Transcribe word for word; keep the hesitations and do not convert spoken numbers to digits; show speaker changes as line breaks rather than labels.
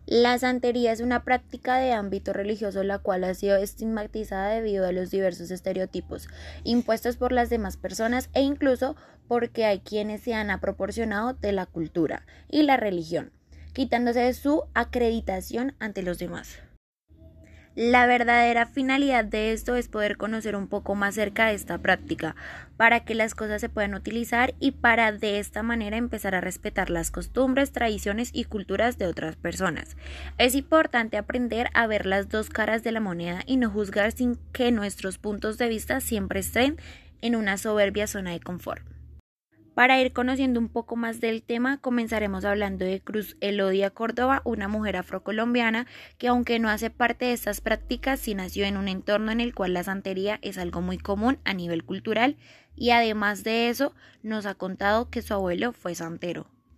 La santería es una práctica de ámbito religioso la cual ha sido estigmatizada debido a los diversos estereotipos impuestos por las demás personas e incluso porque hay quienes se han proporcionado de la cultura y la religión, quitándose su acreditación ante los demás. La verdadera finalidad de esto es poder conocer un poco más cerca de esta práctica, para que las cosas se puedan utilizar y para de esta manera empezar a respetar las costumbres, tradiciones y culturas de otras personas. Es importante aprender a ver las dos caras de la moneda y no juzgar sin que nuestros puntos de vista siempre estén en una soberbia zona de confort. Para ir conociendo un poco más del tema, comenzaremos hablando de Cruz Elodia Córdoba, una mujer afrocolombiana que, aunque no hace parte de estas prácticas, sí nació en un entorno en el cual la santería es algo muy común a nivel cultural y además de eso nos ha contado que su abuelo fue santero.